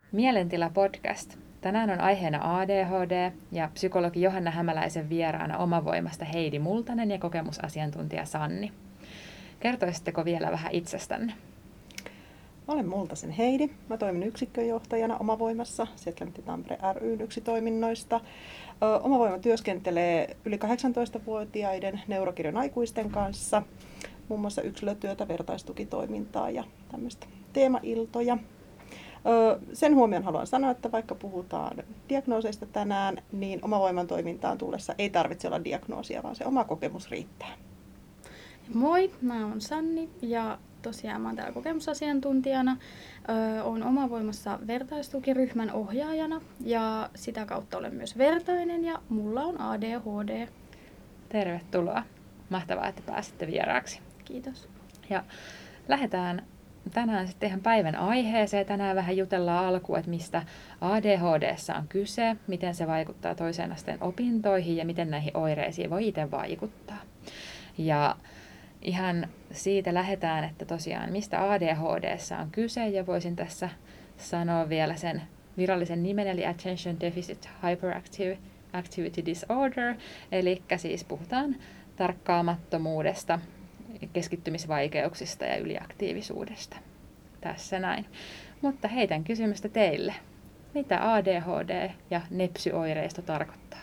Mielentila podcast. Tänään on aiheena ADHD ja psykologi Johanna Hämäläisen vieraana omavoimasta Heidi Multanen ja kokemusasiantuntija Sanni. Kertoisitteko vielä vähän itsestänne? Olen Multasen Heidi. Mä toimin yksikköjohtajana Omavoimassa, Setlementti Tampere ry:n yksi toiminnoista. Omavoima työskentelee yli 18-vuotiaiden neurokirjon aikuisten kanssa, muun muassa yksilötyötä, vertaistukitoimintaa ja tämmöistä teemailtoja. Sen huomioon haluan sanoa, että vaikka puhutaan diagnooseista tänään, niin Omavoiman toimintaan tullessa ei tarvitse olla diagnoosia, vaan se oma kokemus riittää. Moi, mä oon Sanni ja tosiaan mä oon täällä kokemusasiantuntijana. Oon Omavoimassa vertaistukiryhmän ohjaajana ja sitä kautta olen myös vertainen ja mulla on ADHD. Tervetuloa. Mahtavaa, että pääsitte vieraaksi. Kiitos. Ja lähdetään tänään sitten ihan päivän aiheeseen. Tänään vähän jutellaan alkuun, että mistä ADHD:ssa on kyse, miten se vaikuttaa toisen asteen opintoihin ja miten näihin oireisiin voi itse vaikuttaa. Ja ihan siitä lähdetään, että tosiaan mistä ADHD:ssa on kyse, ja voisin tässä sanoa vielä sen virallisen nimen, eli Attention Deficit Hyperactivity Disorder, eli siis puhutaan tarkkaamattomuudesta, keskittymisvaikeuksista ja yliaktiivisuudesta. Tässä näin. Mutta heitän kysymystä teille. Mitä ADHD ja nepsy-oireisto tarkoittaa?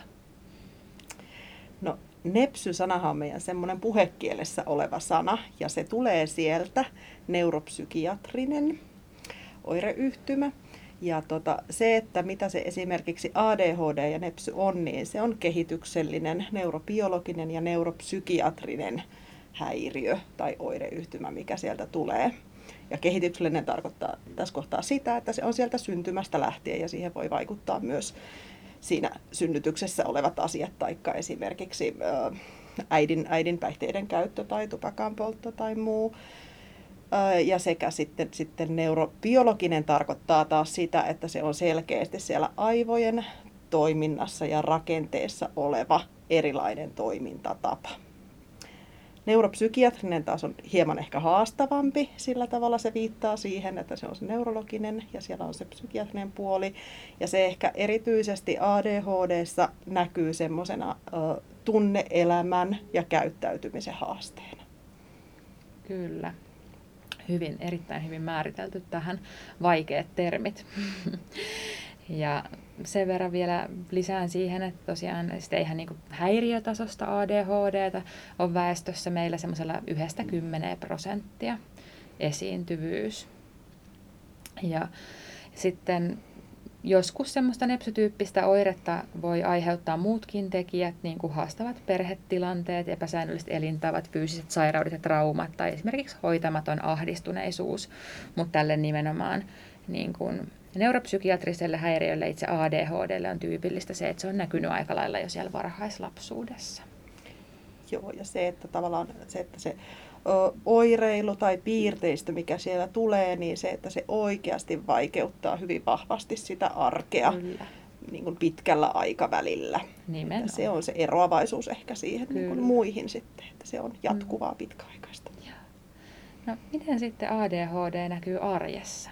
No, nepsy-sanahan on meidän semmoinen puhekielessä oleva sana, ja se tulee sieltä neuropsykiatrinen oireyhtymä. Ja se, että mitä se esimerkiksi ADHD ja nepsy on, niin se on kehityksellinen, neurobiologinen ja neuropsykiatrinen häiriö tai oireyhtymä, mikä sieltä tulee. Ja kehityksellinen tarkoittaa tässä kohtaa sitä, että se on sieltä syntymästä lähtien ja siihen voi vaikuttaa myös siinä synnytyksessä olevat asiat, taikka esimerkiksi äidin päihteiden käyttö tai tupakan poltto tai muu. Ja sekä sitten neurobiologinen tarkoittaa taas sitä, että se on selkeästi siellä aivojen toiminnassa ja rakenteessa oleva erilainen toimintatapa. Neuropsykiatrinen taas on hieman ehkä haastavampi, sillä tavalla se viittaa siihen, että se on se neurologinen ja siellä on se psykiatrinen puoli. Ja se ehkä erityisesti ADHD:ssa näkyy semmoisena tunne-elämän ja käyttäytymisen haasteena. Kyllä. Erittäin hyvin määritelty tähän vaikeat termit. Ja sen verran vielä lisään siihen, että tosiaan ihan niin kuin häiriötasosta ADHD:tä on väestössä meillä semmoisella 1–10% esiintyvyys. Ja sitten joskus semmoista nepsy-tyyppistä oiretta voi aiheuttaa muutkin tekijät, niin kuin haastavat perhetilanteet, epäsäännölliset elintavat, fyysiset sairaudet ja traumat tai esimerkiksi hoitamaton ahdistuneisuus, mutta tälle nimenomaan niin kuin neuropsykiatriselle häiriölle, itse ADHDlle, on tyypillistä se, että se on näkynyt aika lailla jo siellä varhaislapsuudessa. Joo, ja se, että tavallaan se oireilu tai piirteistö, mikä siellä tulee, niin se, että se oikeasti vaikeuttaa hyvin vahvasti sitä arkea niin kuin pitkällä aikavälillä. Nimenomaan. Se on se eroavaisuus ehkä siihen niin kuin muihin sitten, että se on jatkuvaa pitkäaikaista. No, miten sitten ADHD näkyy arjessa?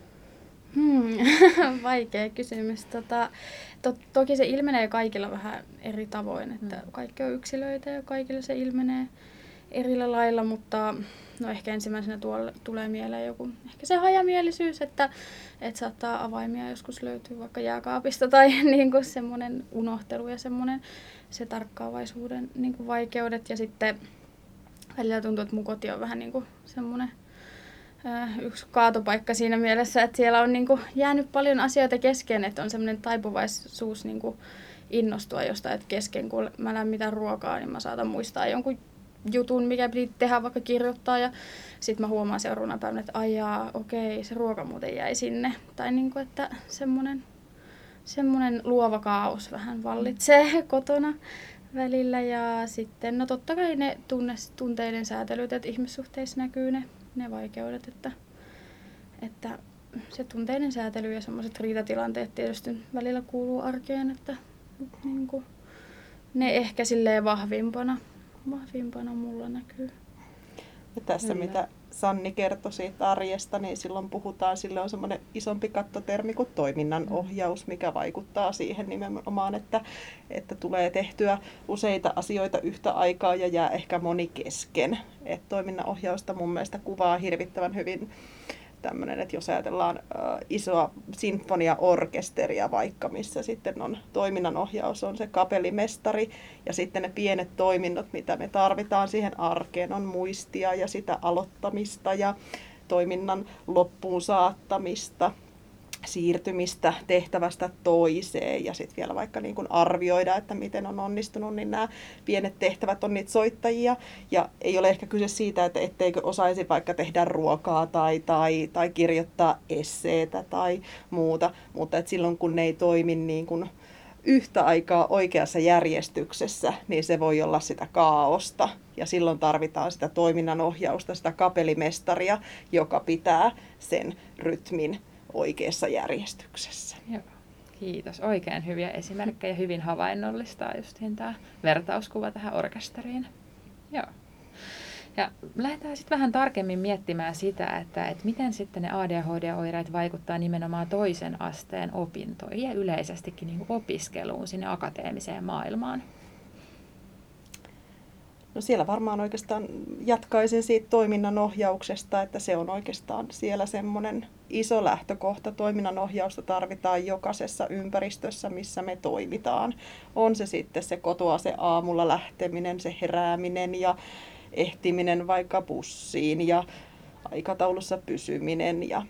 Vaikea kysymys. Toki se ilmenee kaikilla vähän eri tavoin, että kaikki on yksilöitä ja kaikilla se ilmenee eri lailla, mutta no ehkä ensimmäisenä tulee mieleen joku ehkä se hajamielisyys, että saattaa avaimia joskus löytyy vaikka jääkaapista tai niin kuin semmoinen unohtelu ja semmoinen se tarkkaavaisuuden niin kuin vaikeudet, ja sitten välillä tuntuu, että mun koti on vähän niin kuin semmoinen yksi kaatopaikka siinä mielessä, että siellä on niin kuin jäänyt paljon asioita kesken, että on semmoinen taipuvaisuus niin kuin innostua jostain, että kesken kun mä lämmitän ruokaa, niin mä saatan muistaa jonkun jutun, mikä piti tehdä, vaikka kirjoittaa, ja sitten mä huomaan seuraavana päivänä, että aijaa, okei, se ruoka muuten jäi sinne. Tai niin kuin, että semmoinen luova kaos vähän vallitsee kotona välillä, ja sitten no totta kai ne tunteiden säätelyt, että ihmissuhteissa näkyy ne vaikeudet, että se tunteiden säätely ja semmoiset riitatilanteet tietysti välillä kuuluu arkeen, että niin kuin, ne ehkä silleen vahvimpana mulla näkyy. Ja tässä mitä Sanni kertoi siitä arjesta, niin silloin puhutaan, sille on semmoinen isompi kattotermi kuin toiminnan ohjaus, mikä vaikuttaa siihen nimenomaan, että tulee tehtyä useita asioita yhtä aikaa ja jää ehkä moni kesken. Et toiminnan ohjausta mun mielestä kuvaa hirvittävän hyvin tämmöinen, että jos ajatellaan isoa sinfoniaorkesteria vaikka, missä sitten on toiminnanohjaus, on se kapellimestari ja sitten ne pienet toiminnot, mitä me tarvitaan siihen arkeen, on muistia ja sitä aloittamista ja toiminnan loppuun saattamista, siirtymistä tehtävästä toiseen ja sitten vielä vaikka niin kuin arvioida, että miten on onnistunut, niin nämä pienet tehtävät on niitä soittajia ja ei ole ehkä kyse siitä, että etteikö osaisi vaikka tehdä ruokaa tai kirjoittaa esseetä tai muuta, mutta että silloin kun ne ei toimi niin kuin yhtä aikaa oikeassa järjestyksessä, niin se voi olla sitä kaaosta ja silloin tarvitaan sitä toiminnanohjausta, sitä kapellimestaria, joka pitää sen rytmin oikeassa järjestyksessä. Joo, kiitos. Oikein hyviä esimerkkejä, hyvin havainnollistaa justiin tämä vertauskuva tähän orkesteriin. Joo. Ja lähdetään sitten vähän tarkemmin miettimään sitä, että miten sitten ne ADHD-oireet vaikuttaa nimenomaan toisen asteen opintoihin ja yleisestikin niin kuin opiskeluun sinne akateemiseen maailmaan. No siellä varmaan oikeastaan jatkaisin siitä toiminnanohjauksesta, että se on oikeastaan siellä semmoinen iso lähtökohta. Toiminnanohjausta tarvitaan jokaisessa ympäristössä, missä me toimitaan. On se sitten se kotoa se aamulla lähteminen, se herääminen ja ehtiminen vaikka bussiin ja aikataulussa pysyminen ja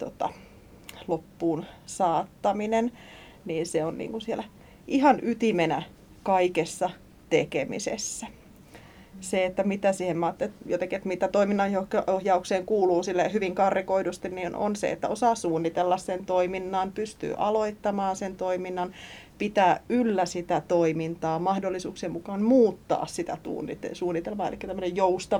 loppuun saattaminen, niin se on niin kuin siellä ihan ytimenä kaikessa tekemisessä. Se, että mitä siihen jotenkin, että mitä toiminnanohjaukseen kuuluu sille hyvin karrikoidusti, niin on se, että osaa suunnitella sen toiminnan, pystyy aloittamaan sen toiminnan, pitää yllä sitä toimintaa, mahdollisuuksien mukaan muuttaa sitä suunnitelmaa, eli tämmöinen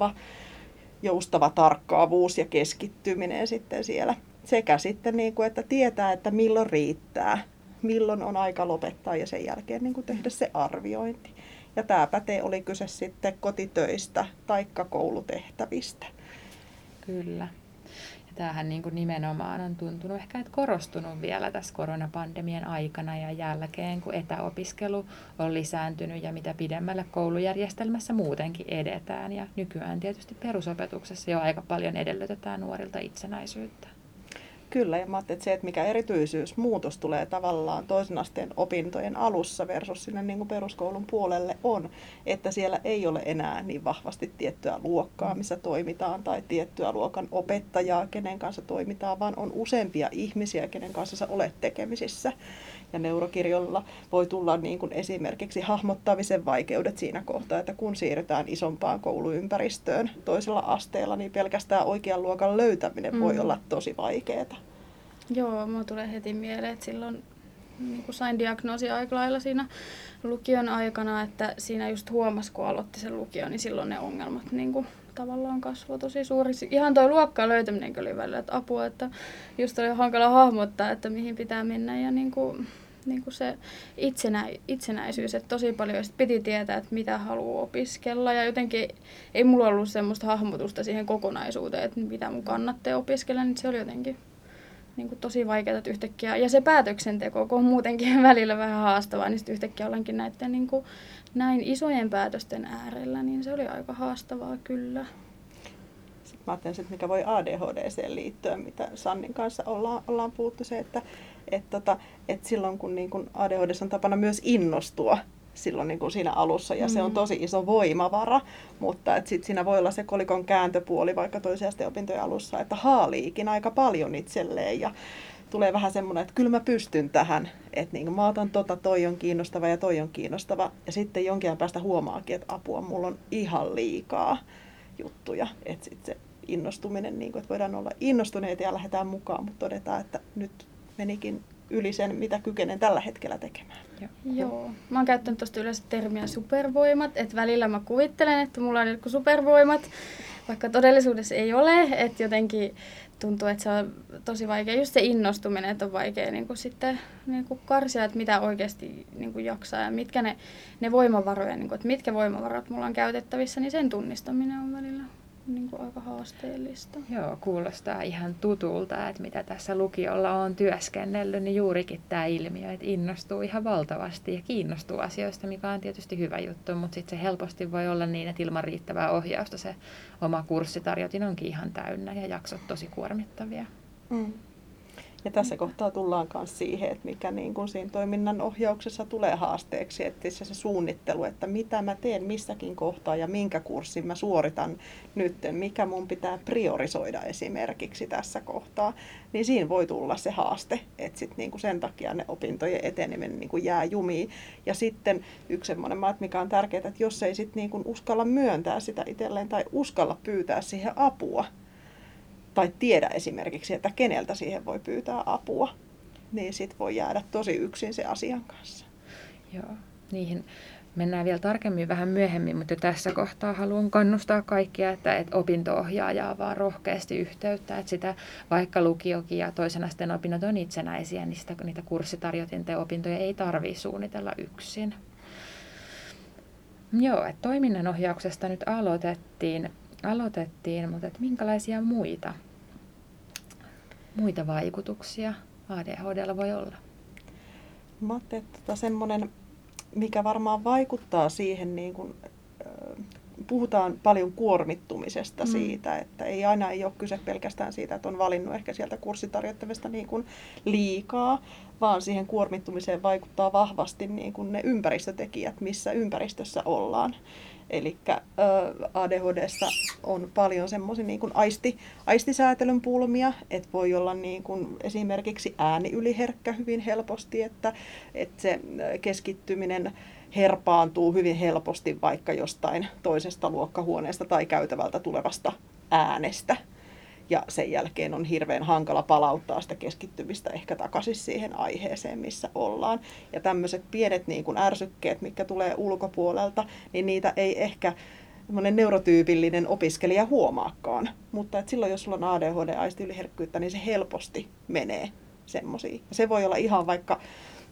joustava tarkkaavuus ja keskittyminen sitten siellä. Sekä sitten, niin kuin, että tietää, että milloin riittää, milloin on aika lopettaa ja sen jälkeen niin kuin tehdä se arviointi. Ja tämä pätee, oli kyse sitten kotitöistä tai koulutehtävistä. Kyllä. Ja tämähän niin kuin nimenomaan on tuntunut ehkä, että korostunut vielä tässä koronapandemian aikana ja jälkeen, kun etäopiskelu on lisääntynyt ja mitä pidemmälle koulujärjestelmässä muutenkin edetään. Ja nykyään tietysti perusopetuksessa jo aika paljon edellytetään nuorilta itsenäisyyttä. Kyllä, ja mä ajattelin, että se, että mikä erityismuutos tulee tavallaan toisen asteen opintojen alussa versus sinne niin kuin peruskoulun puolelle on, että siellä ei ole enää niin vahvasti tiettyä luokkaa, missä toimitaan, tai tiettyä luokan opettajaa, kenen kanssa toimitaan, vaan on useampia ihmisiä, kenen kanssa sä olet tekemisissä. Ja neurokirjolla voi tulla niin kuin esimerkiksi hahmottamisen vaikeudet siinä kohtaa, että kun siirrytään isompaan kouluympäristöön toisella asteella, niin pelkästään oikean luokan löytäminen voi olla tosi vaikeaa. Joo, mulla tulee heti mieleen, että silloin niin kuin sain diagnoosia aika lailla siinä lukion aikana, että siinä just huomasi, kun aloitti sen lukion, niin silloin ne ongelmat niin kuin tavallaan kasvoi tosi suuriksi. Ihan toi luokkaan löytäminen oli välillä, että apua, että just oli hankala hahmottaa, että mihin pitää mennä ja niin kuin se itsenäisyys, että tosi paljon piti tietää, että mitä haluaa opiskella ja jotenkin ei mulla ollut semmoista hahmotusta siihen kokonaisuuteen, että mitä mun kannattaa opiskella, niin se oli jotenkin niin kuin tosi vaikeaa, että yhtäkkiä, ja se päätöksenteko, kun on muutenkin välillä vähän haastavaa, niin sitten yhtäkkiä ollaankin näiden niin kuin näin isojen päätösten äärellä, niin se oli aika haastavaa kyllä. Sitten mä ajattelin, että mikä voi ADHD:seen liittyä, mitä Sannin kanssa ollaan puhuttu, se, että silloin kun niin kun ADHD:ssa on tapana myös innostua silloin niin kuin siinä alussa, ja se on tosi iso voimavara, mutta sitten siinä voi olla se kolikon kääntöpuoli vaikka toisen asteen opintojen alussa, että haaliikin aika paljon itselleen, ja tulee vähän semmoinen, että kyllä mä pystyn tähän, että niin mä otan toi on kiinnostava ja toi on kiinnostava, ja sitten jonkin ajan päästä huomaakin, että apua, mulla on ihan liikaa juttuja, että sitten se innostuminen, niin kuin, että voidaan olla innostuneita ja lähdetään mukaan, mutta todetaan, että nyt menikin yli sen, mitä kykenen tällä hetkellä tekemään. Joo. Mä oon käyttänyt tuosta yleensä termiä supervoimat, että välillä mä kuvittelen, että mulla on jotkut supervoimat, vaikka todellisuudessa ei ole, että jotenkin tuntuu, että se on tosi vaikea, just se innostuminen, että on vaikea niin kuin sitten niin kuin karsia, että mitä oikeasti niin kuin jaksaa ja mitkä ne voimavaroja, niin kuin, että mitkä voimavarat mulla on käytettävissä, niin sen tunnistaminen on välillä niin kuin aika haasteellista. Joo, kuulostaa ihan tutulta, että mitä tässä lukiolla on työskennellyt, niin juurikin tämä ilmiö, että innostuu ihan valtavasti ja kiinnostuu asioista, mikä on tietysti hyvä juttu, mutta sitten se helposti voi olla niin, että ilman riittävää ohjausta se oma kurssitarjotin onkin ihan täynnä ja jaksot tosi kuormittavia. Mm. Ja tässä kohtaa tullaan myös siihen, että mikä niin kuin siinä toiminnan ohjauksessa tulee haasteeksi, että se suunnittelu, että mitä mä teen missäkin kohtaa ja minkä kurssin mä suoritan nyt, mikä mun pitää priorisoida esimerkiksi tässä kohtaa, niin siinä voi tulla se haaste, että sit niin kuin sen takia ne opintojen eteneminen niin kuin jää jumiin. Ja sitten yksi semmoinen, mikä on tärkeää, että jos ei sit niin kuin uskalla myöntää sitä itselleen tai uskalla pyytää siihen apua, tai tiedä esimerkiksi, että keneltä siihen voi pyytää apua, niin sit voi jäädä tosi yksin se asian kanssa. Joo, niihin mennään vielä tarkemmin vähän myöhemmin, mutta tässä kohtaa haluan kannustaa kaikkia, että opinto-ohjaajaa vaan rohkeasti yhteyttä, että sitä vaikka lukiokin ja toisen asteen opinnot on itsenäisiä, niin niitä kurssitarjotinta ja opintoja ei tarvitse suunnitella yksin. Joo, että toiminnanohjauksesta nyt aloitettiin, mutta että minkälaisia muita vaikutuksia ADHD:lla voi olla? Mä ajattelin, että semmoinen, mikä varmaan vaikuttaa siihen, niin kun, puhutaan paljon kuormittumisesta siitä, että ei ole kyse pelkästään siitä, että on valinnut ehkä sieltä kurssitarjottavista niin kun liikaa, vaan siihen kuormittumiseen vaikuttaa vahvasti niin kun ne ympäristötekijät, missä ympäristössä ollaan. Eli ADHD:ssa on paljon semmoisia niin kuin aistisäätelyn pulmia, että voi olla niin kuin esimerkiksi ääniyliherkkä hyvin helposti, että se keskittyminen herpaantuu hyvin helposti vaikka jostain toisesta luokkahuoneesta tai käytävältä tulevasta äänestä. Ja sen jälkeen on hirveän hankala palauttaa sitä keskittymistä ehkä takaisin siihen aiheeseen, missä ollaan. Ja tämmöiset pienet niin kuin ärsykkeet, mitkä tulee ulkopuolelta, niin niitä ei ehkä neurotyypillinen opiskelija huomaakaan. Mutta et silloin, jos sulla on ADHD-aistiyliherkkyyttä, niin se helposti menee semmoisiin. Se voi olla ihan vaikka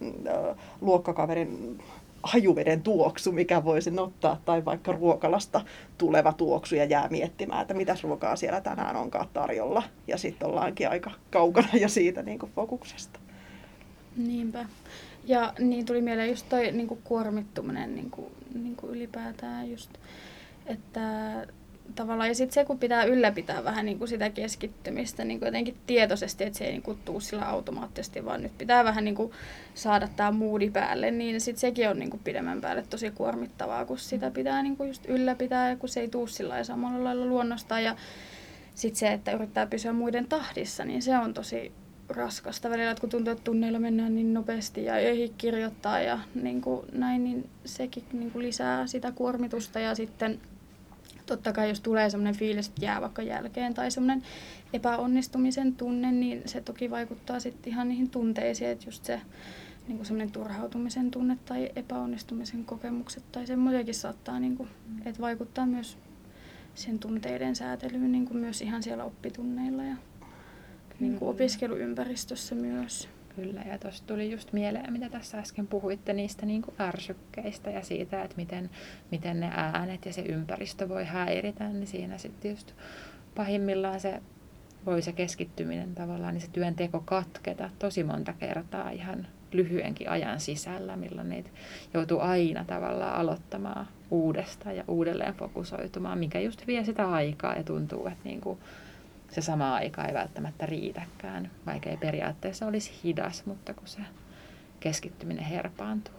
luokkakaverin hajuveden tuoksu, mikä voisi ottaa, tai vaikka ruokalasta tuleva tuoksu ja jää miettimään, että mitäs ruokaa siellä tänään onkaan tarjolla. Ja sitten ollaankin aika kaukana jo siitä niin kuin fokuksesta. Niinpä. Ja niin tuli mieleen just toi niin kuin kuormittuminen niin kuin ylipäätään just, että tavallaan, ja sitten se, kun pitää ylläpitää vähän niin kuin sitä keskittymistä niin kuin jotenkin tietoisesti, että se ei niin kuin tule sillä automaattisesti, vaan nyt pitää vähän niin kuin saada tämä moodi päälle, niin sitten sekin on niin kuin pidemmän päälle tosi kuormittavaa, kun sitä pitää niin kuin just ylläpitää, ja kun se ei tule sillä samalla lailla luonnostaan. Ja sitten se, että yrittää pysyä muiden tahdissa, niin se on tosi raskasta välillä, että kun tuntuu, että tunneilla mennään niin nopeasti ja ei kirjoittaa ja niin kuin näin, niin sekin niin kuin lisää sitä kuormitusta. Ja sitten totta kai jos tulee semmoinen fiilis, että jää vaikka jälkeen tai semmoinen epäonnistumisen tunne, niin se toki vaikuttaa sitten ihan niihin tunteisiin, että just se niin kuin semmoinen turhautumisen tunne tai epäonnistumisen kokemukset tai semmoisiakin saattaa niin kuin, että vaikuttaa myös sen tunteiden säätelyyn niin kuin myös ihan siellä oppitunneilla ja niin kuin opiskeluympäristössä myös. Kyllä, ja tuossa tuli just mieleen, mitä tässä äsken puhuitte niistä niin kuin ärsykkeistä ja siitä, että miten ne äänet ja se ympäristö voi häiritä, niin siinä sitten just pahimmillaan se keskittyminen tavallaan, niin se työnteko katketa tosi monta kertaa ihan lyhyenkin ajan sisällä, milloin niitä joutuu aina tavallaan aloittamaan uudestaan ja uudelleen fokusoitumaan, mikä just vie sitä aikaa ja tuntuu, että niinku se sama aika ei välttämättä riitäkään, vaikka ei periaatteessa olisi hidas, mutta kun se keskittyminen herpaantuu.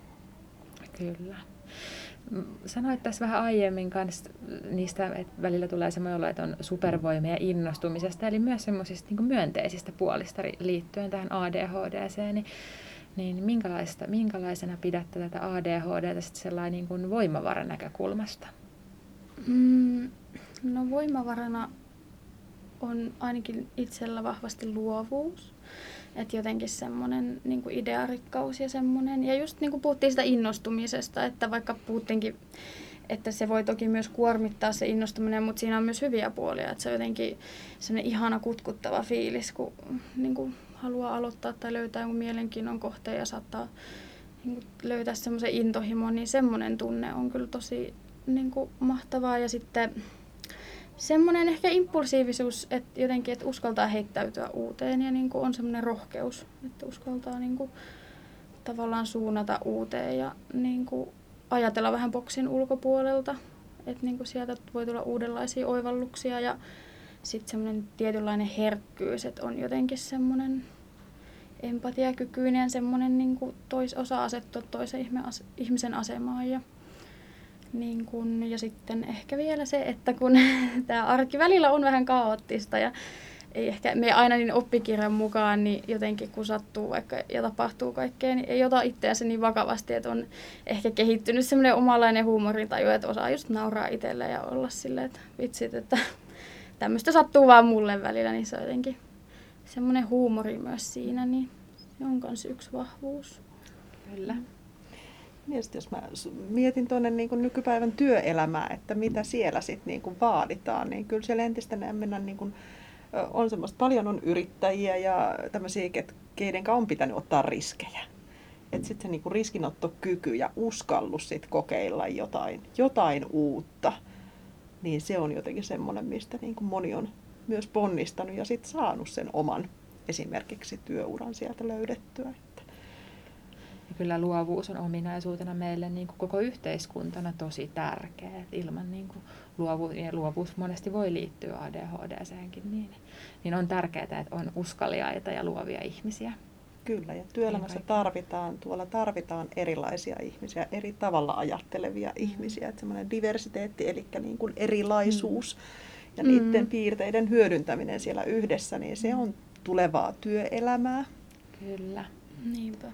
Kyllä. Sanoit tässä vähän aiemmin kanssa niistä, että välillä tulee semmoinen olo, että on supervoimia innostumisesta, eli myös semmoisista niin kuin myönteisistä puolista liittyen tähän ADHD:seen, niin minkälaisena pidätte tätä ADHD:tä sitten sellainen niin kuin voimavaran näkökulmasta? No voimavarana on ainakin itsellä vahvasti luovuus. Että jotenkin semmoinen niin kuin idearikkaus ja semmoinen. Ja just niin kuin puhuttiin sitä innostumisesta, että vaikka puhuttiinkin, että se voi toki myös kuormittaa se innostuminen, mutta siinä on myös hyviä puolia. Että se on jotenkin semmoinen ihana kutkuttava fiilis, kun niin kuin haluaa aloittaa tai löytää jonkun mielenkiinnon kohteen ja saattaa niin kuin löytää semmoisen intohimon, niin semmoinen tunne on kyllä tosi niin kuin mahtavaa. Ja sitten semmoinen ehkä impulsiivisuus, että jotenkin, että uskaltaa heittäytyä uuteen ja niin kuin on semmoinen rohkeus, että uskaltaa niin kuin tavallaan suunnata uuteen ja niin kuin ajatella vähän boksin ulkopuolelta, että niin kuin sieltä voi tulla uudenlaisia oivalluksia ja sitten semmoinen tietynlainen herkkyys, että on jotenkin semmoinen empatiakykyinen, semmoinen niin kuin osaa asettua toisen ihmisen asemaan niin kun, ja sitten ehkä vielä se, että kun tämä arki välillä on vähän kaoottista ja ei ehkä me aina niin oppikirjan mukaan, niin jotenkin kun sattuu vaikka ja tapahtuu kaikkea, niin ei ota itseänsä niin vakavasti, että on ehkä kehittynyt semmoinen omanlainen huumorintaju, että osaa just nauraa itselle ja olla silleen, että vitsit, että tämmöistä sattuu vaan mulle välillä, niin se on jotenkin semmoinen huumori myös siinä, niin se on myös yksi vahvuus. Kyllä. Ja sitten jos mä mietin tuonne niin kuin nykypäivän työelämää, että mitä siellä sitten niin kuin vaaditaan, niin kyllä siellä entistä enemmän niin kuin on semmoista, paljon on yrittäjiä ja tämmöisiä, keiden on pitänyt ottaa riskejä. Että sitten se niin kuin riskinottokyky ja uskallus sit kokeilla jotain uutta, niin se on jotenkin semmoinen, mistä niin kuin moni on myös ponnistanut ja sitten saanut sen oman esimerkiksi työuran sieltä löydettyä. Ja kyllä luovuus on ominaisuutena meille niin kuin koko yhteiskuntana tosi tärkeä. Ilman niin kuin luovuus monesti voi liittyä ADHD:seenkin, niin on tärkeää, että on uskaliaita ja luovia ihmisiä. Kyllä, ja työelämässä tarvitaan erilaisia ihmisiä, eri tavalla ajattelevia ihmisiä. Että semmoinen diversiteetti, eli niin kuin erilaisuus ja niiden piirteiden hyödyntäminen siellä yhdessä, niin se on tulevaa työelämää. Kyllä. Niinpä.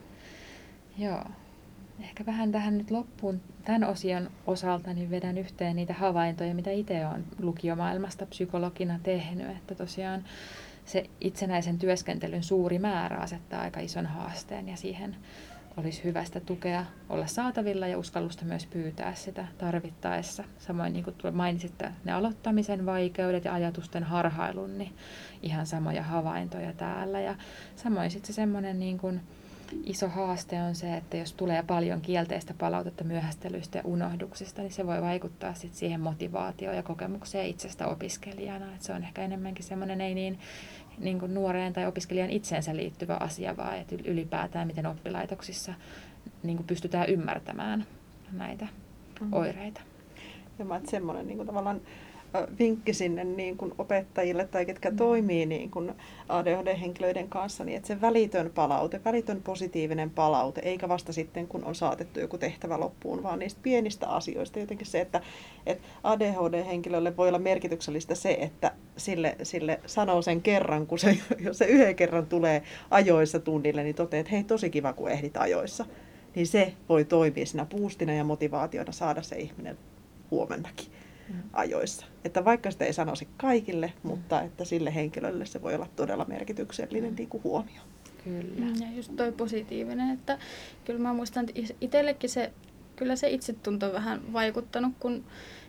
Joo. Ehkä vähän tähän nyt loppuun tämän osion osalta niin vedän yhteen niitä havaintoja, mitä itse olen lukiomaailmasta psykologina tehnyt. Että tosiaan se itsenäisen työskentelyn suuri määrä asettaa aika ison haasteen ja siihen olisi hyvä sitä tukea olla saatavilla ja uskallusta myös pyytää sitä tarvittaessa. Samoin niin kuin mainitsit, ne aloittamisen vaikeudet ja ajatusten harhailun, niin ihan samoja havaintoja täällä. Ja samoin sitten se semmoinen niin kuin iso haaste on se, että jos tulee paljon kielteistä palautetta myöhästelyistä ja unohduksista, niin se voi vaikuttaa sitten siihen motivaatioon ja kokemukseen itsestä opiskelijana. Että se on ehkä enemmänkin semmoinen ei niin kuin nuoreen tai opiskelijan itseensä liittyvä asia, vaan että ylipäätään miten oppilaitoksissa niin kuin pystytään ymmärtämään näitä oireita. Ja mä semmoinen niin kuin tavallaan vinkki sinne niin kuin opettajille tai ketkä toimii niin kuin ADHD-henkilöiden kanssa, niin että se välitön positiivinen palaute, eikä vasta sitten kun on saatettu joku tehtävä loppuun, vaan niistä pienistä asioista. Jotenkin se, että ADHD-henkilölle voi olla merkityksellistä se, että sille sanoo sen kerran, kun jos se yhden kerran tulee ajoissa tunnille, niin toteaa, että hei, tosi kiva, kun ehdit ajoissa. Niin se voi toimia siinä boostina ja motivaationa saada se ihminen huomennakin ajoissa. Että vaikka sitä ei sanoisi kaikille, mutta että sille henkilölle se voi olla todella merkityksellinen huomio. Kyllä. Ja just toi positiivinen, että kyllä mä muistan, että itsellekin kyllä se itsetunto on vähän vaikuttanut, kun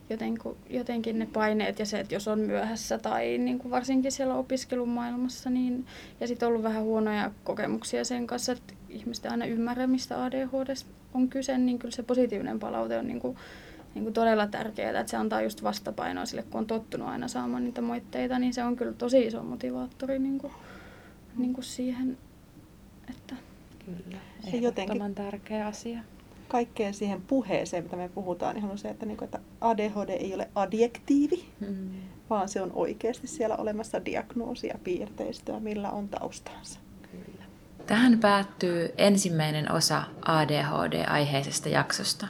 jotenkin ne paineet ja se, että jos on myöhässä tai niin kuin varsinkin siellä opiskelumaailmassa, niin, ja sitten on ollut vähän huonoja kokemuksia sen kanssa, että ihmiset aina ymmärrä, mistä ADHD on kyse, niin kyllä se positiivinen palaute on niin kuin todella tärkeää, että se antaa just vastapainoa sille, kun on tottunut aina saamaan niitä moitteita, niin se on kyllä tosi iso motivaattori niin kuin siihen, että kyllä, se ehdottoman tärkeä asia. Kaikkeen siihen puheeseen, mitä me puhutaan, niin on se, että ADHD ei ole adjektiivi, vaan se on oikeasti siellä olemassa diagnoosi ja piirteistöä, millä on taustansa. Kyllä. Tähän päättyy ensimmäinen osa ADHD-aiheisesta jaksosta.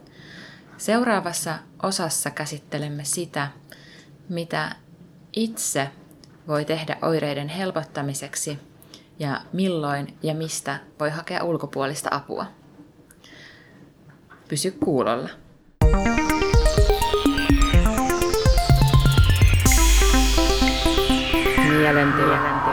Seuraavassa osassa käsittelemme sitä, mitä itse voi tehdä oireiden helpottamiseksi ja milloin ja mistä voi hakea ulkopuolista apua. Pysy kuulolla. Mielentila.